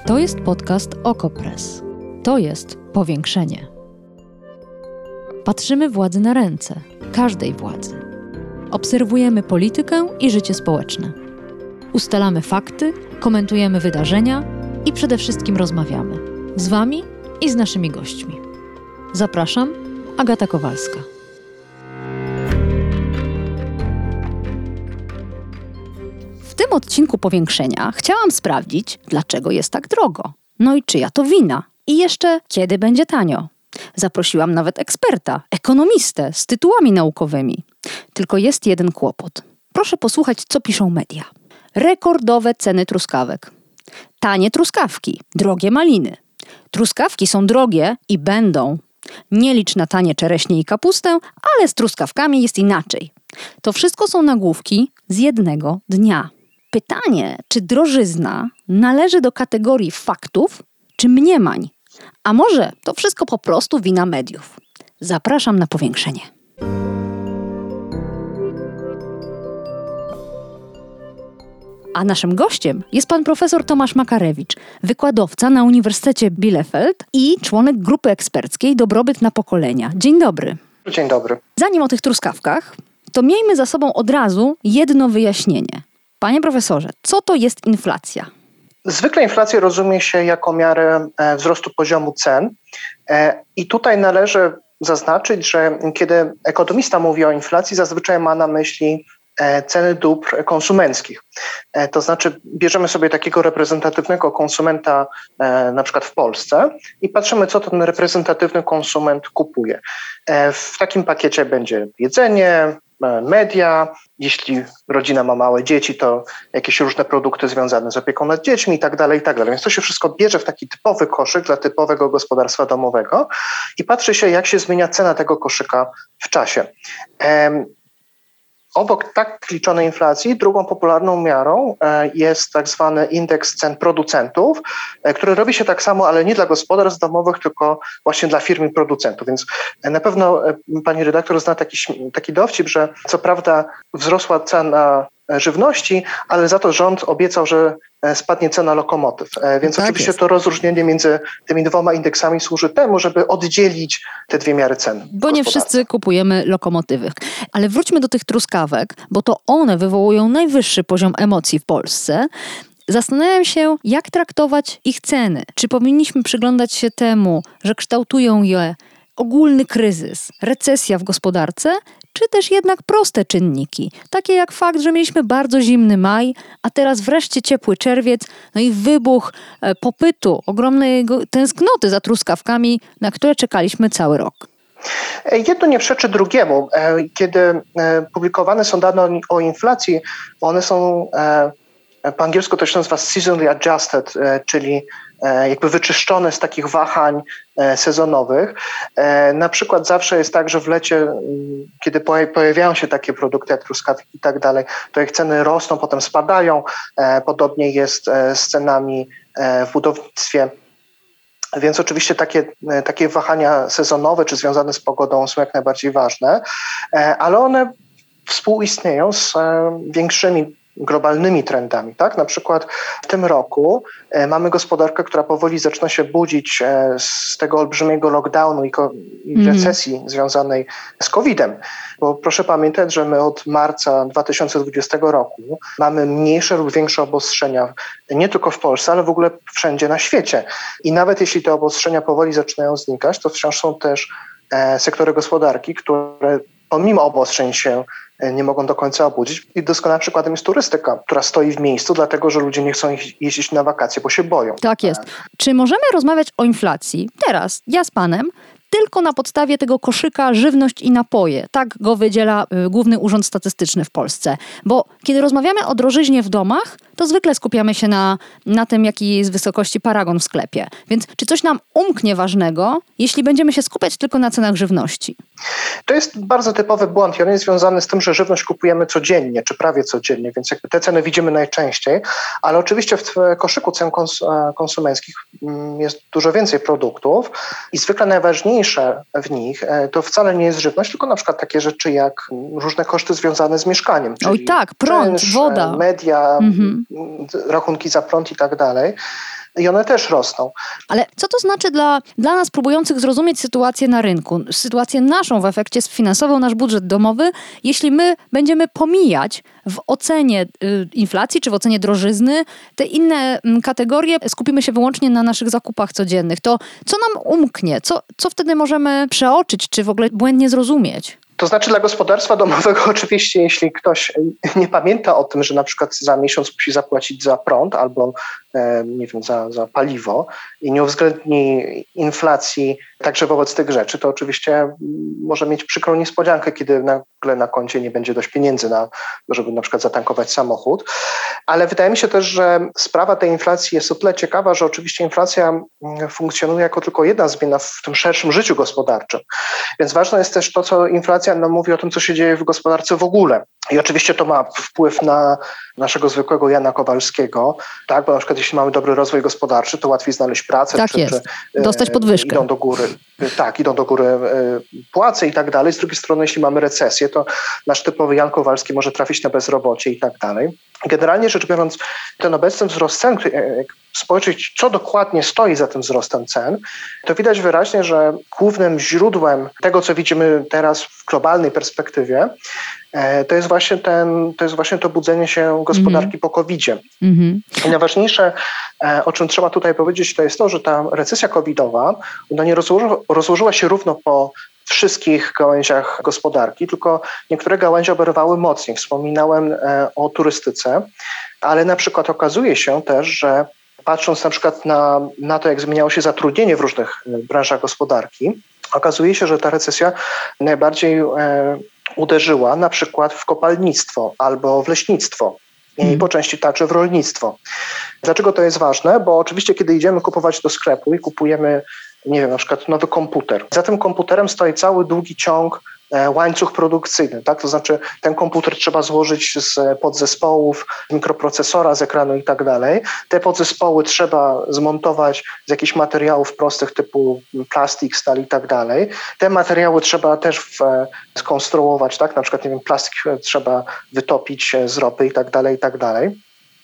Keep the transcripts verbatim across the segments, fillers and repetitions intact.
To jest podcast Okopres. To jest powiększenie. Patrzymy władzy na ręce, każdej władzy. Obserwujemy politykę i życie społeczne. Ustalamy fakty, komentujemy wydarzenia i przede wszystkim rozmawiamy. Z Wami i z naszymi gośćmi. Zapraszam, Agata Kowalska. W tym odcinku powiększenia chciałam sprawdzić, dlaczego jest tak drogo. No i czyja to wina. I jeszcze, kiedy będzie tanio. Zaprosiłam nawet eksperta, ekonomistę z tytułami naukowymi. Tylko jest jeden kłopot. Proszę posłuchać, co piszą media. Rekordowe ceny truskawek. Tanie truskawki, drogie maliny. Truskawki są drogie i będą. Nie licz na tanie czereśnie i kapustę, ale z truskawkami jest inaczej. To wszystko są nagłówki z jednego dnia. Pytanie, czy drożyzna należy do kategorii faktów czy mniemań? A może to wszystko po prostu wina mediów? Zapraszam na powiększenie. A naszym gościem jest pan profesor Tomasz Makarewicz, wykładowca na Uniwersytecie Bielefeld i członek grupy eksperckiej Dobrobyt na pokolenia. Dzień dobry. Dzień dobry. Zanim o tych truskawkach, to miejmy za sobą od razu jedno wyjaśnienie. Panie profesorze, co to jest inflacja? Zwykle inflację rozumie się jako miarę wzrostu poziomu cen i tutaj należy zaznaczyć, że kiedy ekonomista mówi o inflacji, zazwyczaj ma na myśli ceny dóbr konsumenckich. To znaczy bierzemy sobie takiego reprezentatywnego konsumenta na przykład w Polsce i patrzymy, co ten reprezentatywny konsument kupuje. W takim pakiecie będzie jedzenie, media, jeśli rodzina ma małe dzieci, to jakieś różne produkty związane z opieką nad dziećmi i tak dalej, i tak dalej. Więc to się wszystko bierze w taki typowy koszyk dla typowego gospodarstwa domowego i patrzy się, jak się zmienia cena tego koszyka w czasie. Obok tak liczonej inflacji drugą popularną miarą jest tak zwany indeks cen producentów, który robi się tak samo, ale nie dla gospodarstw domowych, tylko właśnie dla firm i producentów. Więc na pewno pani redaktor zna taki, taki dowcip, że co prawda wzrosła cena żywności, ale za to rząd obiecał, że spadnie cena lokomotyw. Więc tak oczywiście jest. To rozróżnienie między tymi dwoma indeksami służy temu, żeby oddzielić te dwie miary cen. Bo nie wszyscy kupujemy lokomotywy. Ale wróćmy do tych truskawek, bo to one wywołują najwyższy poziom emocji w Polsce. Zastanawiam się, jak traktować ich ceny. Czy powinniśmy przyglądać się temu, że kształtują je ogólny kryzys, recesja w gospodarce, czy też jednak proste czynniki, takie jak fakt, że mieliśmy bardzo zimny maj, a teraz wreszcie ciepły czerwiec, no i wybuch e, popytu, ogromnej tęsknoty za truskawkami, na które czekaliśmy cały rok. Jedno nie przeczy drugiemu. Kiedy publikowane są dane o inflacji, one są, po angielsku to się nazywa seasonally adjusted, czyli jakby wyczyszczone z takich wahań sezonowych. Na przykład zawsze jest tak, że w lecie, kiedy pojawiają się takie produkty jak truskawki i tak dalej, to ich ceny rosną, potem spadają. Podobnie jest z cenami w budownictwie. Więc oczywiście takie, takie wahania sezonowe czy związane z pogodą są jak najbardziej ważne, ale one współistnieją z większymi globalnymi trendami, tak? Na przykład w tym roku mamy gospodarkę, która powoli zaczyna się budzić z tego olbrzymiego lockdownu i, ko- i recesji mm. związanej z kowidem. Bo proszę pamiętać, że my od marca dwa tysiące dwudziestego roku mamy mniejsze lub większe obostrzenia, nie tylko w Polsce, ale w ogóle wszędzie na świecie. I nawet jeśli te obostrzenia powoli zaczynają znikać, to wciąż są też e, sektory gospodarki, które pomimo obostrzeń się nie mogą do końca obudzić. I doskonałym przykładem jest turystyka, która stoi w miejscu, dlatego że ludzie nie chcą jeździć na wakacje, bo się boją. Tak jest. Czy możemy rozmawiać o inflacji teraz, ja z panem, tylko na podstawie tego koszyka żywność i napoje? Tak go wydziela y, Główny Urząd Statystyczny w Polsce. Bo kiedy rozmawiamy o drożyźnie w domach, to zwykle skupiamy się na, na tym, jaki jest wysokości paragon w sklepie. Więc czy coś nam umknie ważnego, jeśli będziemy się skupiać tylko na cenach żywności? To jest bardzo typowy błąd i on jest związany z tym, że żywność kupujemy codziennie, czy prawie codziennie, więc jakby te ceny widzimy najczęściej, ale oczywiście w koszyku cen kons- konsumenckich jest dużo więcej produktów i zwykle najważniejsze w nich to wcale nie jest żywność, tylko na przykład takie rzeczy jak różne koszty związane z mieszkaniem. Oj tak, prąd, czynsz, woda. Media, mhm. rachunki za prąd i tak dalej. i one też rosną. Ale co to znaczy dla, dla nas próbujących zrozumieć sytuację na rynku, sytuację naszą w efekcie finansową, nasz budżet domowy, jeśli my będziemy pomijać w ocenie y, inflacji czy w ocenie drożyzny te inne y, kategorie, skupimy się wyłącznie na naszych zakupach codziennych, to co nam umknie? Co, co wtedy możemy przeoczyć czy w ogóle błędnie zrozumieć? To znaczy dla gospodarstwa domowego oczywiście, jeśli ktoś nie pamięta o tym, że na przykład za miesiąc musi zapłacić za prąd albo e, nie wiem, za, za paliwo i nie uwzględni inflacji także wobec tych rzeczy, to oczywiście może mieć przykrą niespodziankę, kiedy nagle na koncie nie będzie dość pieniędzy, na, żeby na przykład zatankować samochód. Ale wydaje mi się też, że sprawa tej inflacji jest o tyle ciekawa, że oczywiście inflacja funkcjonuje jako tylko jedna zmiana w tym szerszym życiu gospodarczym. Więc ważne jest też to, co inflacja nam mówi o tym, co się dzieje w gospodarce w ogóle. I oczywiście to ma wpływ na naszego zwykłego Jana Kowalskiego, tak? Bo na przykład jeśli mamy dobry rozwój gospodarczy, to łatwiej znaleźć pracę. Tak czy, jest. czy, dostać podwyżkę. Idą do góry, tak, idą do góry płace i tak dalej. Z drugiej strony, jeśli mamy recesję, to nasz typowy Jan Kowalski może trafić na bezrobocie i tak dalej. Generalnie rzecz biorąc, ten obecny wzrost cen, jak spojrzeć, co dokładnie stoi za tym wzrostem cen, to widać wyraźnie, że głównym źródłem tego, co widzimy teraz w globalnej perspektywie, to jest właśnie ten, to jest właśnie to budzenie się gospodarki mm. po kowidzie. Mm-hmm. I najważniejsze, o czym trzeba tutaj powiedzieć, to jest to, że ta recesja covidowa, ona nie rozłożyła, rozłożyła się równo po wszystkich gałęziach gospodarki, tylko niektóre gałęzie oberwały mocniej. Wspominałem o turystyce, ale na przykład okazuje się też, że patrząc na przykład na, na to, jak zmieniało się zatrudnienie w różnych branżach gospodarki, okazuje się, że ta recesja najbardziej e, uderzyła na przykład w kopalnictwo albo w leśnictwo. I po części także w rolnictwo. Dlaczego to jest ważne? Bo oczywiście, kiedy idziemy kupować do sklepu i kupujemy, nie wiem, na przykład nowy komputer, za tym komputerem stoi cały długi ciąg, e, łańcuch produkcyjny, tak? To znaczy ten komputer trzeba złożyć z podzespołów, mikroprocesora, z ekranu i tak dalej. Te podzespoły trzeba zmontować z jakichś materiałów prostych typu plastik, stal i tak dalej. Te materiały trzeba też w, skonstruować, tak? Na przykład, nie wiem, plastik trzeba wytopić z ropy i tak dalej, i tak dalej.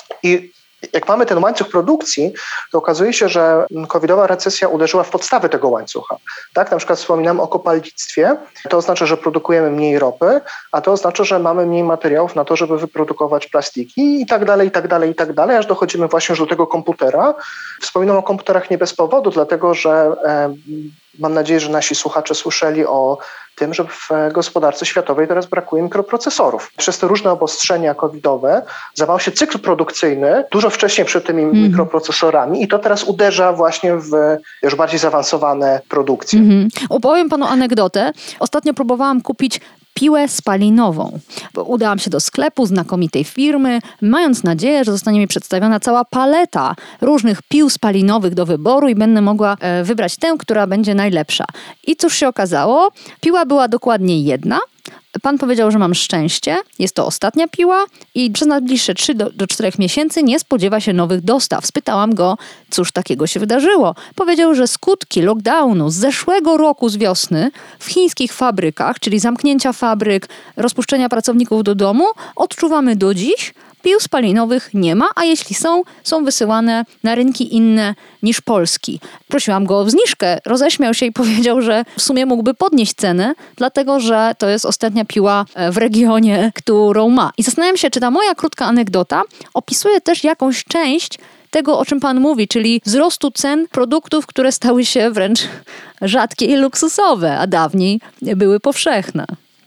I jak mamy ten łańcuch produkcji, to okazuje się, że covidowa recesja uderzyła w podstawy tego łańcucha. Tak, na przykład wspominam o kopalnictwie, to oznacza, że produkujemy mniej ropy, a to oznacza, że mamy mniej materiałów na to, żeby wyprodukować plastiki i tak dalej, i tak dalej, i tak dalej, aż dochodzimy właśnie już do tego komputera. Wspominam o komputerach nie bez powodu, dlatego że e, mam nadzieję, że nasi słuchacze słyszeli o tym, że w gospodarce światowej teraz brakuje mikroprocesorów. Przez te różne obostrzenia covidowe zawał się cykl produkcyjny dużo wcześniej przed tymi mm. mikroprocesorami i to teraz uderza właśnie w już bardziej zaawansowane produkcje. Mm-hmm. Opowiem panu anegdotę. Ostatnio próbowałam kupić piłę spalinową. Udałam się do sklepu znakomitej firmy, mając nadzieję, że zostanie mi przedstawiona cała paleta różnych pił spalinowych do wyboru i będę mogła e, wybrać tę, która będzie najlepsza. I cóż się okazało? Piła była dokładnie jedna. Pan powiedział, że mam szczęście, jest to ostatnia piła i przez najbliższe trzy do czterech miesięcy nie spodziewa się nowych dostaw. Spytałam go, cóż takiego się wydarzyło. Powiedział, że skutki lockdownu z zeszłego roku z wiosny w chińskich fabrykach, czyli zamknięcia fabryk, rozpuszczenia pracowników do domu, odczuwamy do dziś. Pił spalinowych nie ma, a jeśli są, są wysyłane na rynki inne niż polski. Prosiłam go o zniżkę, roześmiał się i powiedział, że w sumie mógłby podnieść cenę, dlatego że to jest ostatnia piła w regionie, którą ma. I zastanawiam się, czy ta moja krótka anegdota opisuje też jakąś część tego, o czym pan mówi, czyli wzrostu cen produktów, które stały się wręcz rzadkie i luksusowe, a dawniej były powszechne.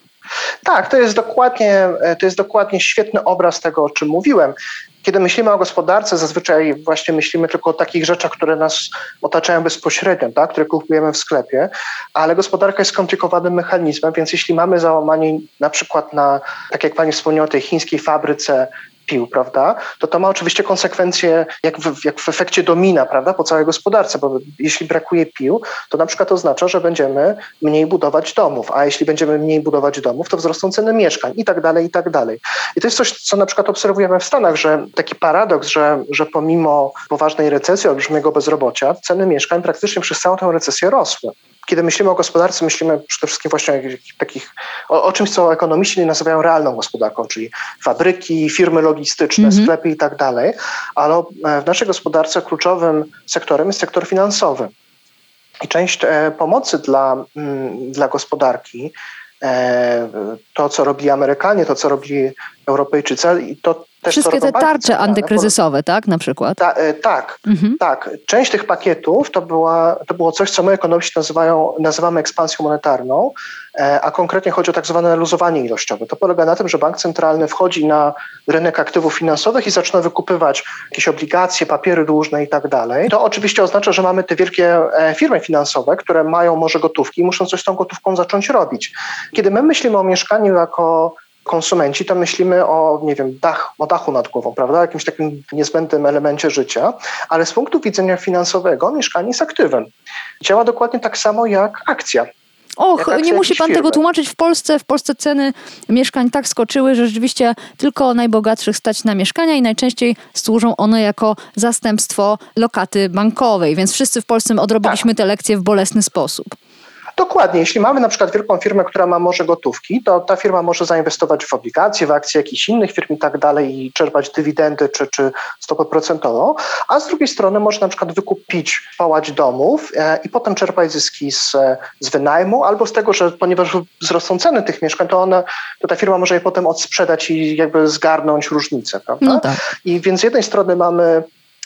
Tak, to jest dokładnie, to jest dokładnie świetny obraz tego, o czym mówiłem. Kiedy myślimy o gospodarce, zazwyczaj właśnie myślimy tylko o takich rzeczach, które nas otaczają bezpośrednio, tak? Które kupujemy w sklepie, ale gospodarka jest skomplikowanym mechanizmem, więc jeśli mamy załamanie na przykład na, tak jak pani wspomniała, o tej chińskiej fabryce pił, prawda, to to ma oczywiście konsekwencje jak w, jak w efekcie domina, prawda, po całej gospodarce, bo jeśli brakuje pił, to na przykład oznacza, że będziemy mniej budować domów, a jeśli będziemy mniej budować domów, to wzrosną ceny mieszkań i tak dalej, i tak dalej. I to jest coś, co na przykład obserwujemy w Stanach, że taki paradoks, że, że pomimo poważnej recesji, olbrzymiego bezrobocia, ceny mieszkań praktycznie przez całą tę recesję rosły. kiedy myślimy o gospodarce, myślimy przede wszystkim właśnie o jakichś takich, o, o czymś, co ekonomiści nazywają realną gospodarką, czyli fabryki, firmy logistyczne, Mhm. sklepy i tak dalej, ale w naszej gospodarce kluczowym sektorem jest sektor finansowy. I część e, pomocy dla, m, dla gospodarki, e, to co robili Amerykanie, to co robili Europejczycy i to też Wszystkie co te banki tarcze centralne, antykryzysowe, tak, na przykład? Ta, e, tak, Mhm. tak. Część tych pakietów to, była, to było coś, co my ekonomiści nazywają, nazywamy ekspansją monetarną, e, a konkretnie chodzi o tak zwane luzowanie ilościowe. To polega na tym, że bank centralny wchodzi na rynek aktywów finansowych i zaczyna wykupywać jakieś obligacje, papiery dłużne i tak dalej. To oczywiście oznacza, że mamy te wielkie e, firmy finansowe, które mają może gotówki i muszą coś z tą gotówką zacząć robić. Kiedy my myślimy o mieszkaniu jako konsumenci, to myślimy o, nie wiem, dach, o dachu nad głową, prawda? Jakimś takim niezbędnym elemencie życia, ale z punktu widzenia finansowego mieszkanie jest aktywem. Działa dokładnie tak samo jak akcja. Och, Jak akcja nie musi pan jakiejś tego firmy. tłumaczyć. W Polsce, w Polsce ceny mieszkań tak skoczyły, że rzeczywiście tylko najbogatszych stać na mieszkania i najczęściej służą one jako zastępstwo lokaty bankowej, więc wszyscy w Polsce odrobiliśmy te lekcje w bolesny sposób. Dokładnie. Jeśli mamy na przykład wielką firmę, która ma może gotówki, to ta firma może zainwestować w obligacje, w akcje jakichś innych firm i tak dalej i czerpać dywidendy czy, czy stopę procentową, a z drugiej strony może na przykład wykupić pałać domów e, i potem czerpać zyski z, z wynajmu albo z tego, że ponieważ wzrosną ceny tych mieszkań, to, one, to ta firma może je potem odsprzedać i jakby zgarnąć różnicę. Prawda? No tak. I więc z jednej strony mamy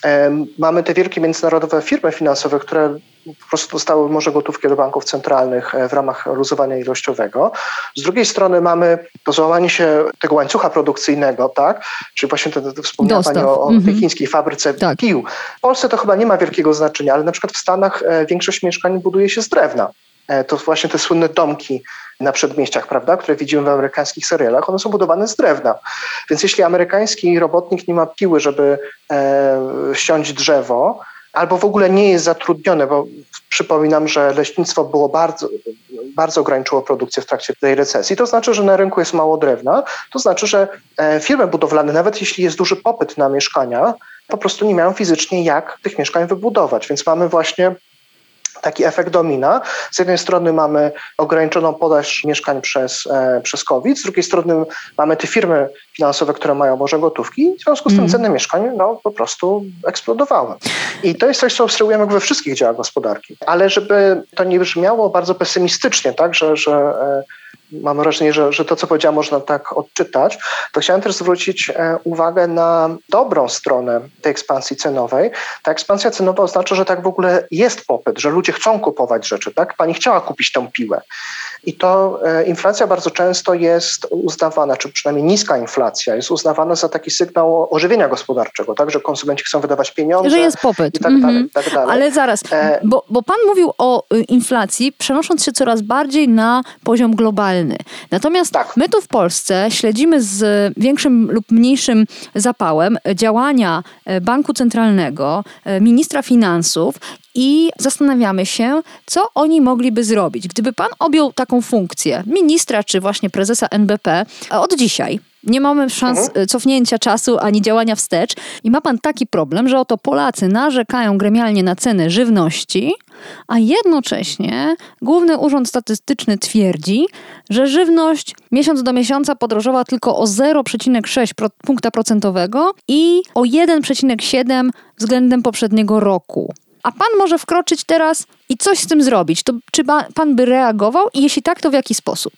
Mamy te wielkie międzynarodowe firmy finansowe, które po prostu dostały może gotówkę do banków centralnych w ramach luzowania ilościowego. Z drugiej strony mamy to załamanie się tego łańcucha produkcyjnego, tak? Czyli właśnie to, to wspomniała Pani o, o tej Mhm. chińskiej fabryce Tak. pił. W Polsce to chyba nie ma wielkiego znaczenia, ale na przykład w Stanach e, większość mieszkań buduje się z drewna. E, to właśnie te słynne domki na przedmieściach, prawda, które widzimy w amerykańskich serialach, one są budowane z drewna. Więc jeśli amerykański robotnik nie ma piły, żeby e, ściąć drzewo, albo w ogóle nie jest zatrudnione, bo przypominam, że leśnictwo było bardzo, bardzo ograniczyło produkcję w trakcie tej recesji, to znaczy, że na rynku jest mało drewna, to znaczy, że e, firmy budowlane, nawet jeśli jest duży popyt na mieszkania, po prostu nie mają fizycznie jak tych mieszkań wybudować. Więc mamy właśnie taki efekt domina. Z jednej strony mamy ograniczoną podaż mieszkań przez, e, przez COVID, z drugiej strony mamy te firmy finansowe, które mają może gotówki, w związku z tym Mm. ceny mieszkań no, po prostu eksplodowały. I to jest coś, co obserwujemy we wszystkich działach gospodarki. Ale żeby to nie brzmiało bardzo pesymistycznie, tak, że, że e, mam wrażenie, że, że to, co powiedziałam, można tak odczytać, to chciałem też zwrócić e, uwagę na dobrą stronę tej ekspansji cenowej. Ta ekspansja cenowa oznacza, że tak w ogóle jest popyt, że ludzie chcą kupować rzeczy. Tak? Pani chciała kupić tę piłę. I to e, inflacja bardzo często jest uznawana, czy przynajmniej niska inflacja jest uznawana za taki sygnał ożywienia gospodarczego, tak? Że konsumenci chcą wydawać pieniądze. Że jest popyt. I tak dalej, i tak dalej. Ale zaraz, E, bo, bo pan mówił o y, inflacji, przenosząc się coraz bardziej na poziom globalny. Natomiast Tak. my tu w Polsce śledzimy z większym lub mniejszym zapałem działania e, Banku Centralnego, e, ministra finansów i zastanawiamy się, co oni mogliby zrobić. Gdyby pan objął taką funkcję ministra czy właśnie prezesa N B P od dzisiaj, nie mamy szans Mhm. cofnięcia czasu ani działania wstecz i ma pan taki problem, że oto Polacy narzekają gremialnie na ceny żywności, a jednocześnie Główny Urząd Statystyczny twierdzi, że żywność miesiąc do miesiąca podrożała tylko o zero przecinek sześć pro- punkta procentowego i o jeden przecinek siedem względem poprzedniego roku. A pan może wkroczyć teraz i coś z tym zrobić. To czy ba- pan by reagował i jeśli tak, to w jaki sposób?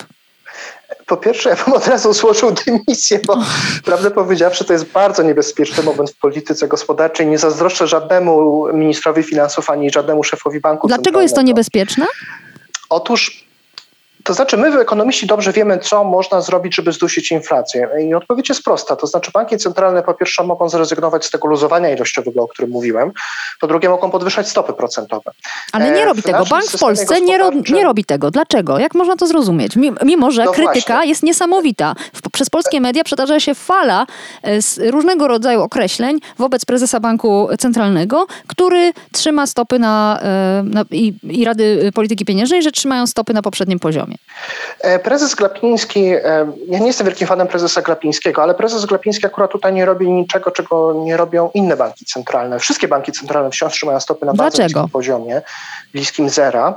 Po pierwsze, ja bym od razu złożył dymisję, bo prawdę powiedziawszy, to jest bardzo niebezpieczny moment w polityce gospodarczej. Nie zazdroszczę żadnemu ministrowi finansów ani żadnemu szefowi banku Dlaczego jest to centralnego. niebezpieczne? Otóż, to znaczy my, ekonomiści, dobrze wiemy, co można zrobić, żeby zdusić inflację. I odpowiedź jest prosta. To znaczy banki centralne po pierwsze mogą zrezygnować z tego luzowania ilościowego, o którym mówiłem. Po drugie mogą podwyższać stopy procentowe. Ale nie E, robi w tego. naszym Bank w systemie Polsce nie, ro- gospodarczym- nie robi tego. Dlaczego? Jak można to zrozumieć? Mimo, mimo że No krytyka właśnie. jest niesamowita. W, przez polskie media przetarza się fala e, z różnego rodzaju określeń wobec prezesa Banku Centralnego, który trzyma stopy na, e, na i, i Rady Polityki Pieniężnej, że trzymają stopy na poprzednim poziomie. E, Prezes Glapiński, e, ja nie jestem wielkim fanem prezesa Glapińskiego, ale prezes Glapiński akurat tutaj nie robi niczego, czego nie robią inne banki centralne. Wszystkie banki centralne wciąż trzymają stopy na bardzo Dlaczego? niskim poziomie, bliskim zera.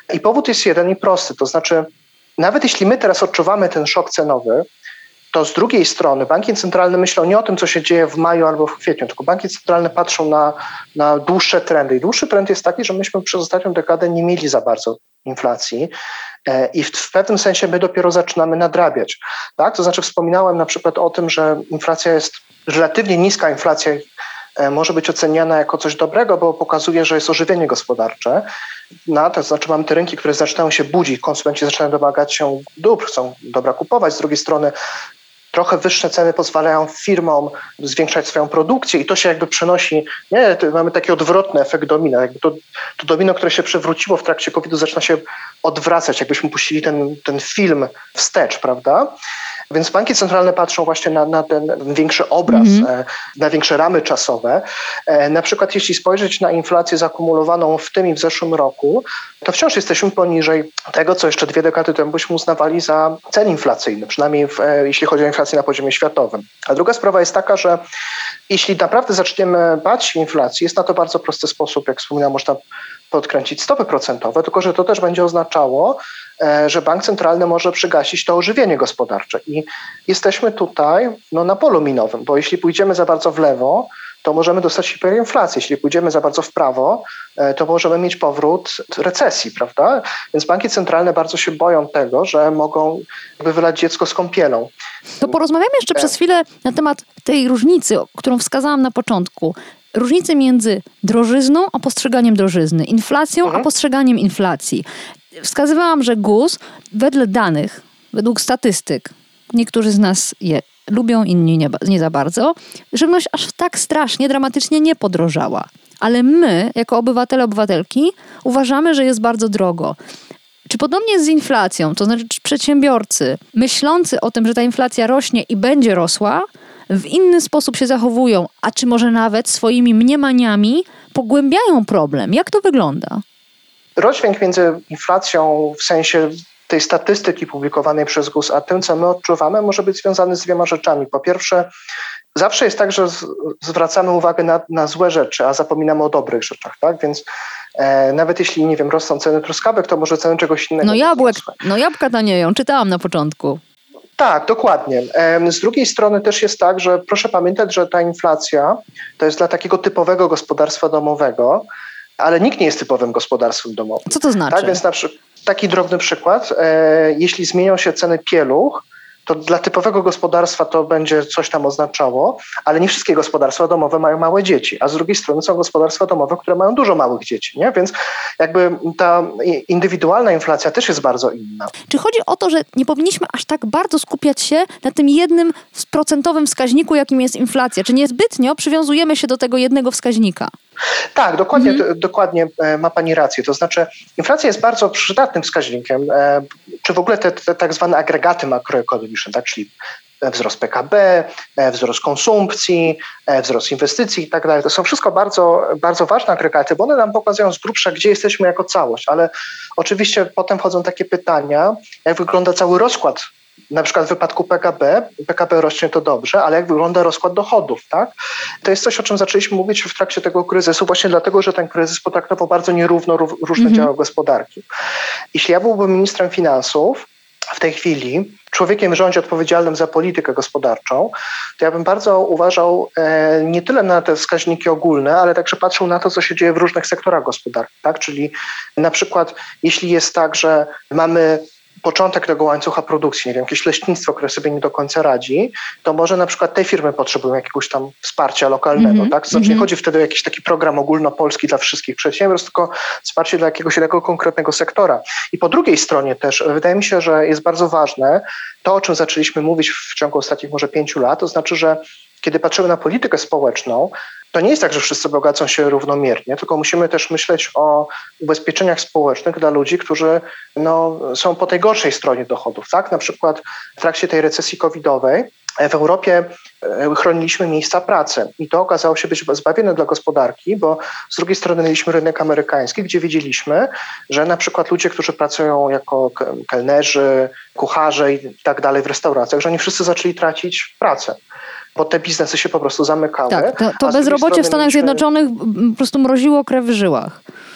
I powód jest jeden i prosty, to znaczy nawet jeśli my teraz odczuwamy ten szok cenowy, to z drugiej strony banki centralne myślą nie o tym, co się dzieje w maju albo w kwietniu, tylko banki centralne patrzą na, na dłuższe trendy. I dłuższy trend jest taki, że myśmy przez ostatnią dekadę nie mieli za bardzo inflacji e, i w, w pewnym sensie my dopiero zaczynamy nadrabiać. Tak? To znaczy wspominałem na przykład o tym, że inflacja jest relatywnie niska, inflacja e, może być oceniana jako coś dobrego, bo pokazuje, że jest ożywienie gospodarcze. No, to znaczy mamy te rynki, które zaczynają się budzić, konsumenci zaczynają domagać się dóbr, chcą dobra kupować, z drugiej strony trochę wyższe ceny pozwalają firmom zwiększać swoją produkcję i to się jakby przenosi, nie, mamy taki odwrotny efekt domina. Jakby to, to domino, które się przewróciło w trakcie kowida, zaczyna się odwracać, jakbyśmy puścili ten, ten film wstecz, prawda? Więc banki centralne patrzą właśnie na, na ten większy obraz, mm-hmm. na większe ramy czasowe. Na przykład jeśli spojrzeć na inflację zakumulowaną w tym i w zeszłym roku, to wciąż jesteśmy poniżej tego, co jeszcze dwie dekady temu byśmy uznawali za cel inflacyjny, przynajmniej w, jeśli chodzi o inflację na poziomie światowym. A druga sprawa jest taka, że jeśli naprawdę zaczniemy bać się inflacji, jest na to bardzo prosty sposób, jak wspominałem, można podkręcić stopy procentowe, tylko że to też będzie oznaczało, że bank centralny może przygasić to ożywienie gospodarcze. I jesteśmy tutaj no, na polu minowym, bo jeśli pójdziemy za bardzo w lewo, to możemy dostać hiperinflację. Jeśli pójdziemy za bardzo w prawo, to możemy mieć powrót recesji, prawda? Więc banki centralne bardzo się boją tego, że mogą jakby wylać dziecko z kąpielą. To porozmawiamy jeszcze przez chwilę na temat tej różnicy, którą wskazałam na początku. Różnicy między drożyzną a postrzeganiem drożyzny, inflacją mhm. a postrzeganiem inflacji. Wskazywałam, że G U S wedle danych, według statystyk, niektórzy z nas je lubią, inni nie, nie za bardzo, żywność aż tak strasznie, dramatycznie nie podrożała. Ale my, jako obywatele, obywatelki, uważamy, że jest bardzo drogo. Czy podobnie jest z inflacją? To znaczy, czy przedsiębiorcy myślący o tym, że ta inflacja rośnie i będzie rosła, w inny sposób się zachowują, a czy może nawet swoimi mniemaniami pogłębiają problem? Jak to wygląda? Rozdźwięk między inflacją w sensie tej statystyki publikowanej przez G U S, a tym, co my odczuwamy, może być związany z dwiema rzeczami. Po pierwsze, zawsze jest tak, że z, zwracamy uwagę na, na złe rzeczy, a zapominamy o dobrych rzeczach, tak? Więc e, nawet jeśli, nie wiem, rosną ceny truskawek, to może ceny czegoś innego. No, jabłek, no jabłka tanieją, czytałam na początku. Tak, dokładnie. Z drugiej strony też jest tak, że proszę pamiętać, że ta inflacja to jest dla takiego typowego gospodarstwa domowego, ale nikt nie jest typowym gospodarstwem domowym. Co to znaczy? Tak, więc na przykład taki drobny przykład, e, jeśli zmienią się ceny pieluch, to dla typowego gospodarstwa to będzie coś tam oznaczało, ale nie wszystkie gospodarstwa domowe mają małe dzieci, a z drugiej strony są gospodarstwa domowe, które mają dużo małych dzieci, nie? Więc jakby ta indywidualna inflacja też jest bardzo inna. Czy chodzi o to, że nie powinniśmy aż tak bardzo skupiać się na tym jednym procentowym wskaźniku, jakim jest inflacja? Czy niezbytnio przywiązujemy się do tego jednego wskaźnika? Tak, dokładnie, mhm. d- dokładnie ma pani rację. To znaczy inflacja jest bardzo przydatnym wskaźnikiem, e, czy w ogóle te, te tak zwane agregaty makroekonomiczne, tak, czyli wzrost P K B, e, wzrost konsumpcji, e, wzrost inwestycji i tak dalej. To są wszystko bardzo, bardzo ważne agregaty, bo one nam pokazują z grubsza, gdzie jesteśmy jako całość, ale oczywiście potem wchodzą takie pytania, jak wygląda cały rozkład. Na przykład w wypadku P K B, P K B rośnie to dobrze, ale jak wygląda rozkład dochodów, tak? To jest coś, o czym zaczęliśmy mówić w trakcie tego kryzysu, właśnie dlatego, że ten kryzys potraktował bardzo nierówno różne mm-hmm. działy gospodarki. Jeśli ja byłbym ministrem finansów w tej chwili, człowiekiem w rządzie odpowiedzialnym za politykę gospodarczą, to ja bym bardzo uważał e, nie tyle na te wskaźniki ogólne, ale także patrzył na to, co się dzieje w różnych sektorach gospodarki, tak? Czyli na przykład jeśli jest tak, że mamy początek tego łańcucha produkcji, nie wiem, jakieś leśnictwo, które sobie nie do końca radzi, to może na przykład te firmy potrzebują jakiegoś tam wsparcia lokalnego, mm-hmm. tak? To znaczy mm-hmm. nie chodzi wtedy o jakiś taki program ogólnopolski dla wszystkich przedsiębiorstw, tylko wsparcie dla jakiegoś jednego konkretnego sektora. I po drugiej stronie też wydaje mi się, że jest bardzo ważne to, o czym zaczęliśmy mówić w ciągu ostatnich może pięciu lat, to znaczy, że kiedy patrzymy na politykę społeczną, to nie jest tak, że wszyscy bogacą się równomiernie, tylko musimy też myśleć o ubezpieczeniach społecznych dla ludzi, którzy no, są po tej gorszej stronie dochodów. Tak? Na przykład w trakcie tej recesji covidowej w Europie chroniliśmy miejsca pracy i to okazało się być zbawienne dla gospodarki, bo z drugiej strony mieliśmy rynek amerykański, gdzie wiedzieliśmy, że na przykład ludzie, którzy pracują jako kelnerzy, kucharze i tak dalej w restauracjach, że oni wszyscy zaczęli tracić pracę, bo te biznesy się po prostu zamykały. Tak, to, to bezrobocie w Stanach mieliśmy... Zjednoczonych po prostu mroziło krew w żyłach.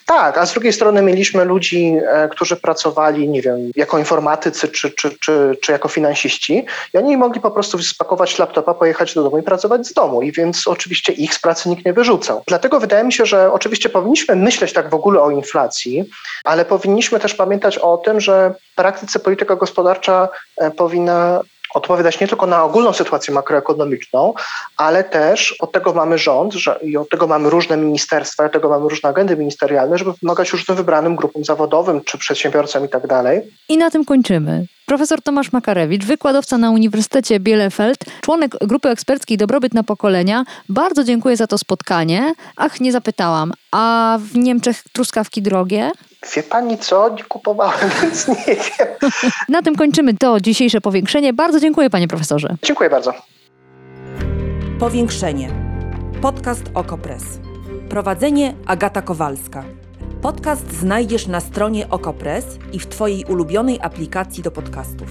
Tak, a z drugiej strony mieliśmy ludzi, e, którzy pracowali, nie wiem, jako informatycy czy, czy, czy, czy jako finansiści i oni mogli po prostu spakować laptopa, pojechać do domu i pracować z domu i więc oczywiście ich z pracy nikt nie wyrzucał. Dlatego wydaje mi się, że oczywiście powinniśmy myśleć tak w ogóle o inflacji, ale powinniśmy też pamiętać o tym, że w praktyce polityka gospodarcza e, powinna odpowiadać nie tylko na ogólną sytuację makroekonomiczną, ale też od tego mamy rząd że, i od tego mamy różne ministerstwa, od tego mamy różne agendy ministerialne, żeby pomagać różnym wybranym grupom zawodowym czy przedsiębiorcom i tak dalej. I na tym kończymy. Profesor Tomasz Makarewicz, wykładowca na Uniwersytecie Bielefeld, członek grupy eksperckiej Dobrobyt na pokolenia. Bardzo dziękuję za to spotkanie. Ach, nie zapytałam, a w Niemczech truskawki drogie? Wie pani co? Nie kupowałem, więc nie wiem. Na tym kończymy to dzisiejsze powiększenie. Bardzo dziękuję, panie profesorze. Dziękuję bardzo. Powiększenie. Podcast Okopres. Prowadzenie Agata Kowalska. Podcast znajdziesz na stronie Okopres i w twojej ulubionej aplikacji do podcastów.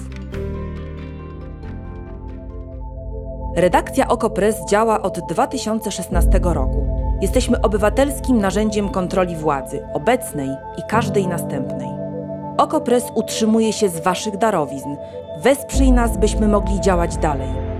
Redakcja Okopres działa od dwa tysiące szesnastego roku. Jesteśmy obywatelskim narzędziem kontroli władzy, obecnej i każdej następnej. Okopres utrzymuje się z waszych darowizn. Wesprzyj nas, byśmy mogli działać dalej.